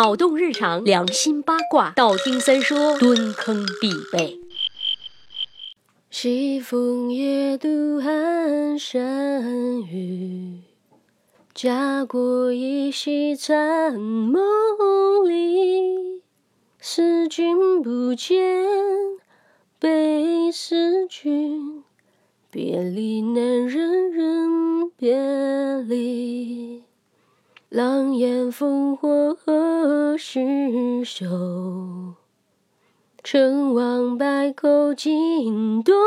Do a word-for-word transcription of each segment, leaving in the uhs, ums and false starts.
脑洞日常，良心八卦，道听三说，蹲坑必备。西风夜渡寒山雨，家国依稀残梦里。思君不见，悲思君，别离难忍忍别离。狼烟烽火何时休？成王败寇尽东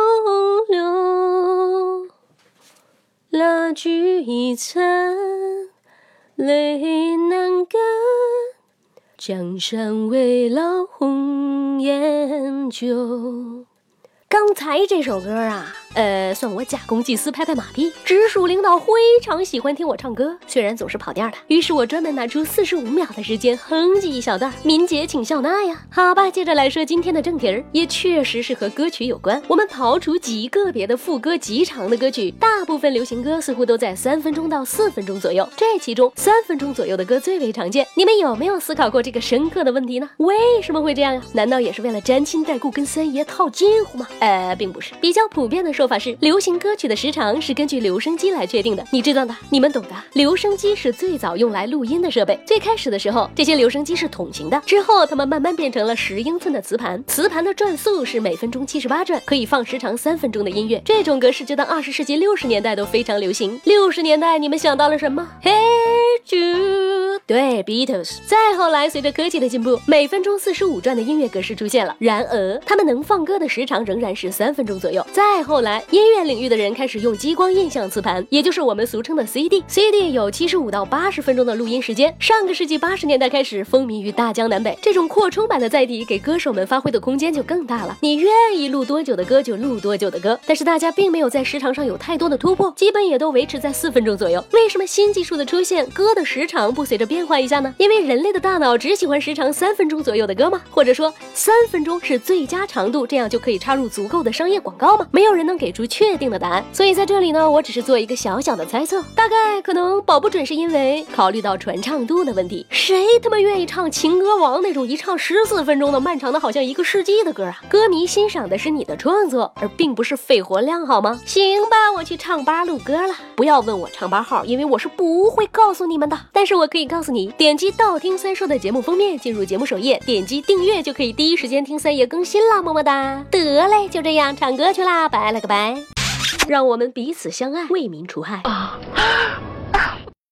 流。蜡炬已残，泪难干，江山未老红颜旧。刚才这首歌啊，呃，算我假公济私拍拍马屁。直属领导非常喜欢听我唱歌，虽然总是跑调的，于是我专门拿出四十五秒的时间哼唧一小段，敏姐请笑纳呀。好吧，接着来说今天的正题儿，也确实是和歌曲有关。我们刨除极个别的副歌极长的歌曲，大部分流行歌似乎都在三分钟到四分钟左右，这其中三分钟左右的歌最为常见。你们有没有思考过这个深刻的问题呢？为什么会这样呀？难道也是为了沾亲带故跟三爷套近乎吗？呃，并不是。比较普遍的说法是，流行歌曲的时长是根据留声机来确定的。你知道的，你们懂的。留声机是最早用来录音的设备。最开始的时候，这些留声机是筒形的，之后它们慢慢变成了十英寸的磁盘。磁盘的转速是每分钟七十八转，可以放时长三分钟的音乐。这种格式直到二十世纪六十年代都非常流行。六十年代你们想到了什么？ Hey Jude， 对 Beatles。再后来，随着科技的进步，每分钟四十五转的音乐格式出现了。然而，他们能放歌的时长仍然是三分钟左右。再后来，音乐领域的人开始用激光印象磁盘，也就是我们俗称的 C D。 C D 有七十五到八十分钟的录音时间。上个世纪八十年代开始风靡于大江南北，这种扩充版的载体给歌手们发挥的空间就更大了，你愿意录多久的歌就录多久的歌。但是大家并没有在时长上有太多的突破，基本也都维持在四分钟左右。为什么新技术的出现，歌的时长不随着变化一下呢？因为人类的大脑只喜欢时长三分钟左右的歌吗？或者说三分钟是最佳长度，这样就可以插入足够的商业广告吗？没有人能给出确定的答案。所以在这里呢，我只是做一个小小的猜测，大概可能保不准是因为考虑到传唱度的问题。谁他妈愿意唱情歌王那种一唱十四分钟的漫长的好像一个世纪的歌啊？歌迷欣赏的是你的创作，而并不是肺活量，好吗？行吧，我去唱吧录歌了。不要问我唱吧号，因为我是不会告诉你们的。但是我可以告诉你，点击道听三说的节目封面，进入节目首页，点击订阅就可以第一时间听三爷更新啦，么么哒。得嘞，就这样唱歌去啦，拜了个拜。让我们彼此相爱，为民除害。啊